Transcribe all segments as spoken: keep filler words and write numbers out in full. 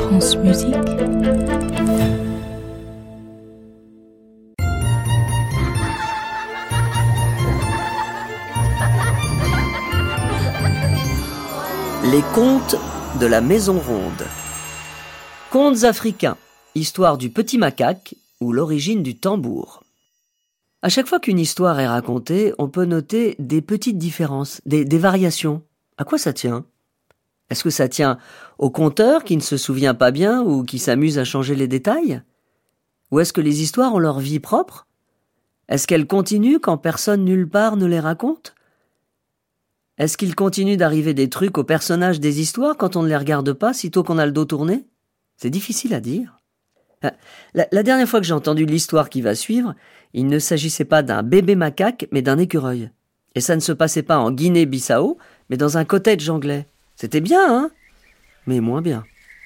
France Musique. Les contes de la Maison Ronde. Contes africains, histoire du petit macaque ou l'origine du tambour. À chaque fois qu'une histoire est racontée, on peut noter des petites différences, des, des variations. À quoi ça tient ? Est-ce que ça tient au conteur qui ne se souvient pas bien ou qui s'amuse à changer les détails ? Ou est-ce que les histoires ont leur vie propre ? Est-ce qu'elles continuent quand personne nulle part ne les raconte ? Est-ce qu'il continue d'arriver des trucs aux personnages des histoires quand on ne les regarde pas, sitôt qu'on a le dos tourné ? C'est difficile à dire. La, la dernière fois que j'ai entendu l'histoire qui va suivre, il ne s'agissait pas d'un bébé macaque, mais d'un écureuil. Et ça ne se passait pas en Guinée-Bissau, mais dans un cottage anglais. C'était bien, hein ? Mais moins bien.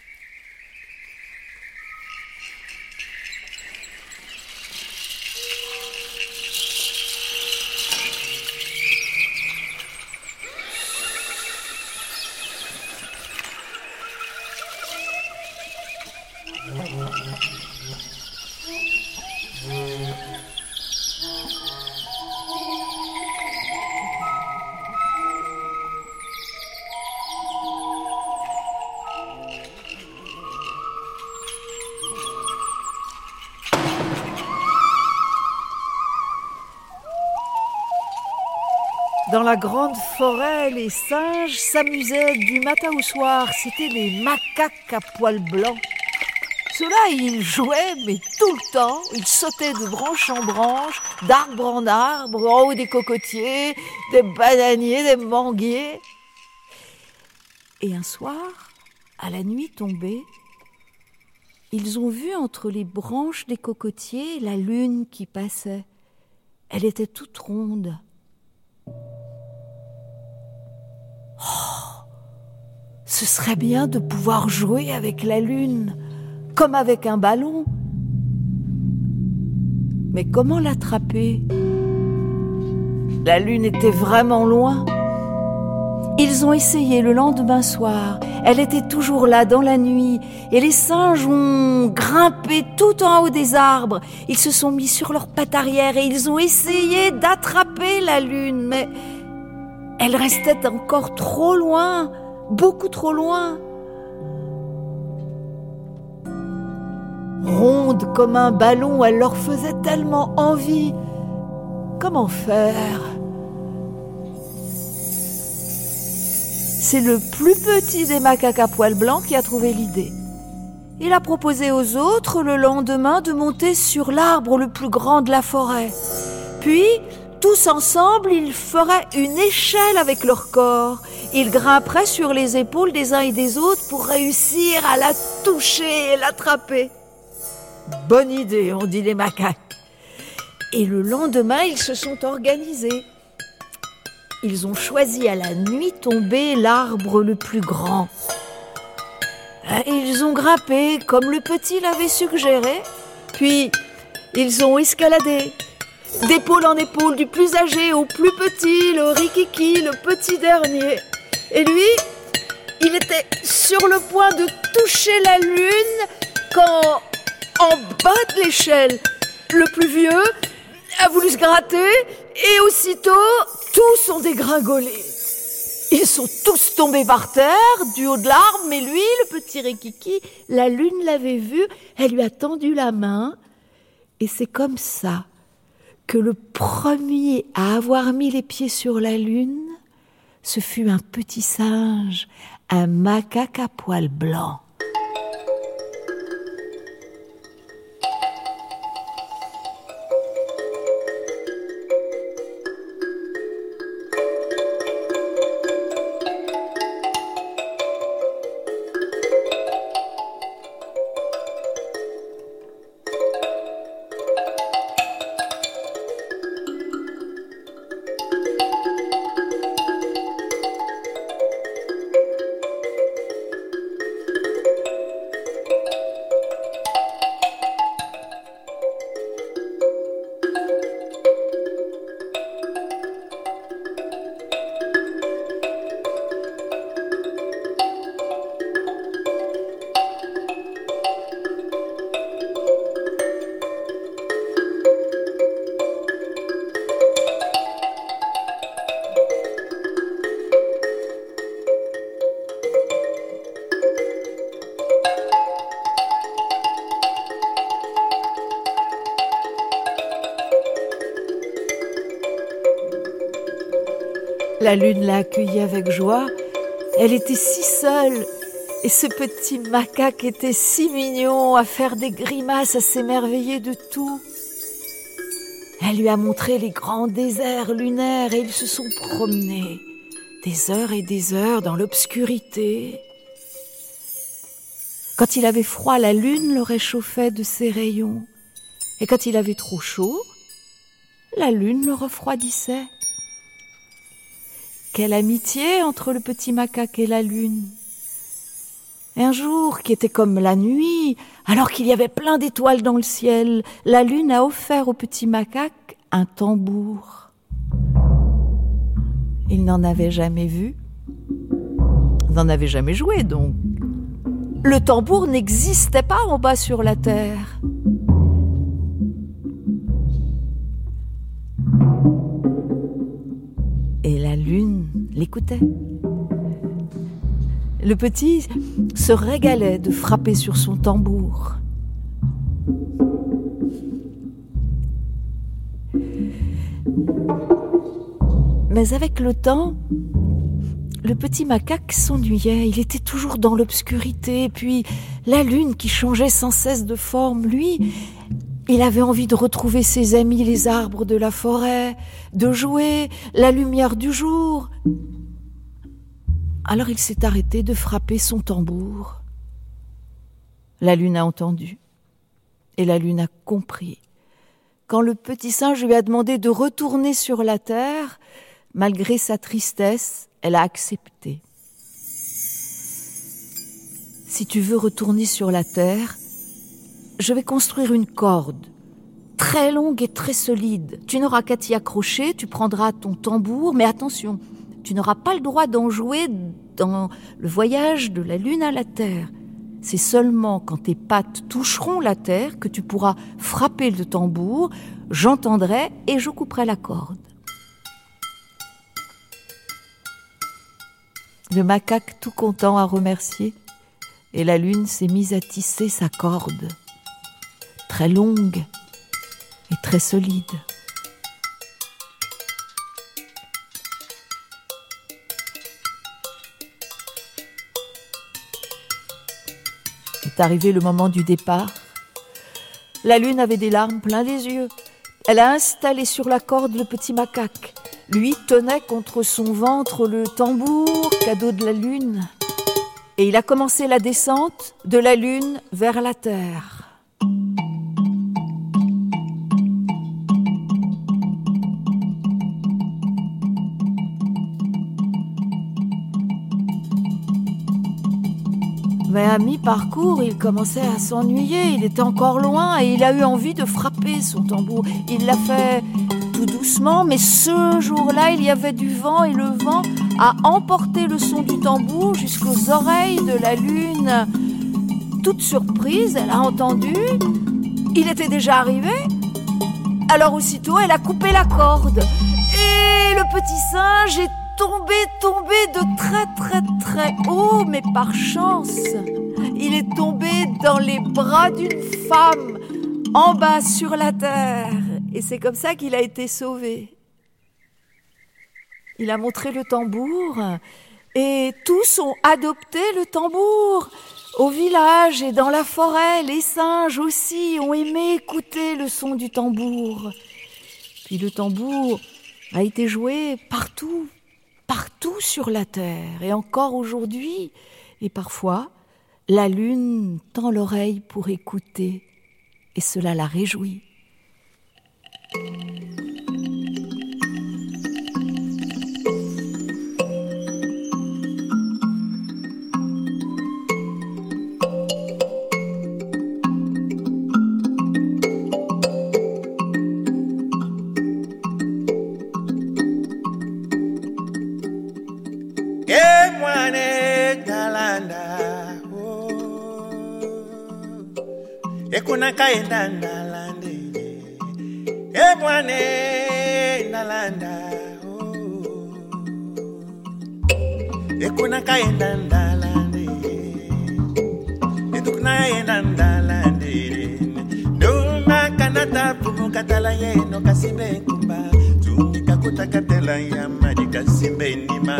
Dans la grande forêt, les singes s'amusaient du matin au soir. C'étaient les macaques à poils blancs. Ceux-là, ils jouaient, mais tout le temps. Ils sautaient de branche en branche, d'arbre en arbre, en haut des cocotiers, des bananiers, des manguiers. Et un soir, à la nuit tombée, ils ont vu entre les branches des cocotiers la lune qui passait. Elle était toute ronde. Oh, ce serait bien de pouvoir jouer avec la lune, comme avec un ballon. Mais comment l'attraper ? La lune était vraiment loin. Ils ont essayé le lendemain soir. Elle était toujours là dans la nuit. Et les singes ont grimpé tout en haut des arbres. Ils se sont mis sur leurs pattes arrière et ils ont essayé d'attraper la lune. Mais elle restait encore trop loin, beaucoup trop loin. Ronde comme un ballon, elle leur faisait tellement envie. Comment faire ? C'est le plus petit des macaques à poils blancs qui a trouvé l'idée. Il a proposé aux autres le lendemain de monter sur l'arbre le plus grand de la forêt. Puis, tous ensemble, ils feraient une échelle avec leur corps. Ils grimperaient sur les épaules des uns et des autres pour réussir à la toucher et l'attraper. Bonne idée, ont dit les macaques. Et le lendemain, ils se sont organisés. Ils ont choisi à la nuit tombée l'arbre le plus grand. Ils ont grimpé comme le petit l'avait suggéré. Puis, ils ont escaladé. D'épaule en épaule, du plus âgé au plus petit, le rikiki, le petit dernier. Et lui, il était sur le point de toucher la lune quand, en bas de l'échelle, le plus vieux a voulu se gratter et aussitôt, tous ont dégringolé. Ils sont tous tombés par terre, du haut de l'arbre, mais lui, le petit rikiki, la lune l'avait vu, elle lui a tendu la main. Et c'est comme ça que le premier à avoir mis les pieds sur la lune, ce fut un petit singe, un macaque à poils blancs. La lune l'a accueillie avec joie. Elle était si seule. Et ce petit macaque était si mignon, à faire des grimaces, à s'émerveiller de tout. Elle lui a montré les grands déserts lunaires et ils se sont promenés des heures et des heures dans l'obscurité. Quand il avait froid, la lune le réchauffait de ses rayons. Et quand il avait trop chaud, la lune le refroidissait. Quelle amitié entre le petit macaque et la lune! Un jour, qui était comme la nuit, alors qu'il y avait plein d'étoiles dans le ciel, la lune a offert au petit macaque un tambour. Il n'en avait jamais vu, n'en avait jamais joué donc. Le tambour n'existait pas en bas sur la terre. Et la lune l'écoutait. Le petit se régalait de frapper sur son tambour. Mais avec le temps, le petit macaque s'ennuyait. Il était toujours dans l'obscurité. Puis la lune qui changeait sans cesse de forme, lui, il avait envie de retrouver ses amis, les arbres de la forêt, de jouer, la lumière du jour. Alors il s'est arrêté de frapper son tambour. La lune a entendu et la lune a compris. Quand le petit singe lui a demandé de retourner sur la terre, malgré sa tristesse, elle a accepté. Si tu veux retourner sur la terre, je vais construire une corde, très longue et très solide. Tu n'auras qu'à t'y accrocher, tu prendras ton tambour, mais attention, tu n'auras pas le droit d'en jouer dans le voyage de la lune à la terre. C'est seulement quand tes pattes toucheront la terre que tu pourras frapper le tambour, j'entendrai et je couperai la corde. Le macaque tout content a remercié et la lune s'est mise à tisser sa corde, très longue et très solide. Est arrivé le moment du départ. La lune avait des larmes plein les yeux. Elle a installé sur la corde le petit macaque. Lui tenait contre son ventre le tambour, cadeau de la lune. Et il a commencé la descente de la lune vers la terre. Mais à mi-parcours, il commençait à s'ennuyer. Il était encore loin et il a eu envie de frapper son tambour. Il l'a fait tout doucement, mais ce jour-là, il y avait du vent et le vent a emporté le son du tambour jusqu'aux oreilles de la lune. Toute surprise, elle a entendu. Il était déjà arrivé. Alors aussitôt, elle a coupé la corde. Et le petit singe est tombé, tombé de très très très haut, mais par chance, il est tombé dans les bras d'une femme, en bas sur la terre. Et c'est comme ça qu'il a été sauvé. Il a montré le tambour et tous ont adopté le tambour. Au village et dans la forêt, les singes aussi ont aimé écouter le son du tambour. Puis le tambour a été joué partout. Partout sur la terre, et encore aujourd'hui, et parfois, la lune tend l'oreille pour écouter, et cela la réjouit. Ekuna kaenda ndalande e mwane ndalanda Ekuna kaenda ndalande Edukuna kaenda ndalande Duma kanata pumu katala yeno kasibe kumba Tumika kutakatela ya madika simbe nima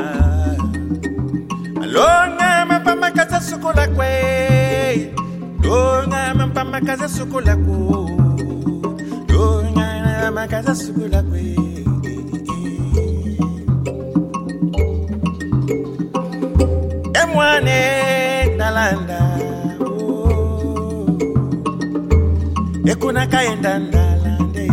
Alonga mapama kaza sukula kwe Longa mapama kaza sukula ku Longa mapama kaza sukula kwe Emwane nalanda Ekuna kaenda ndalande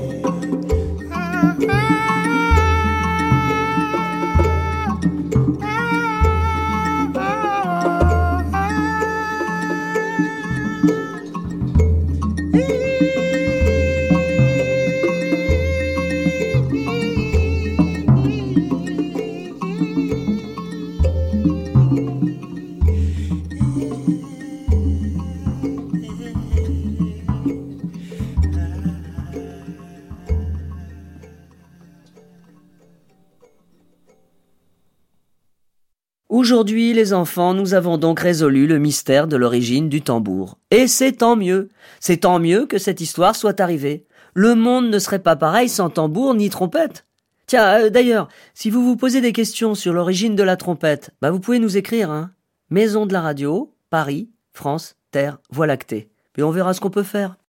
Aujourd'hui, les enfants, nous avons donc résolu le mystère de l'origine du tambour. Et c'est tant mieux. C'est tant mieux que cette histoire soit arrivée. Le monde ne serait pas pareil sans tambour ni trompette. Tiens, euh, d'ailleurs, si vous vous posez des questions sur l'origine de la trompette, bah vous pouvez nous écrire, hein. Maison de la radio, Paris, France, Terre, Voie lactée. Puis on verra ce qu'on peut faire.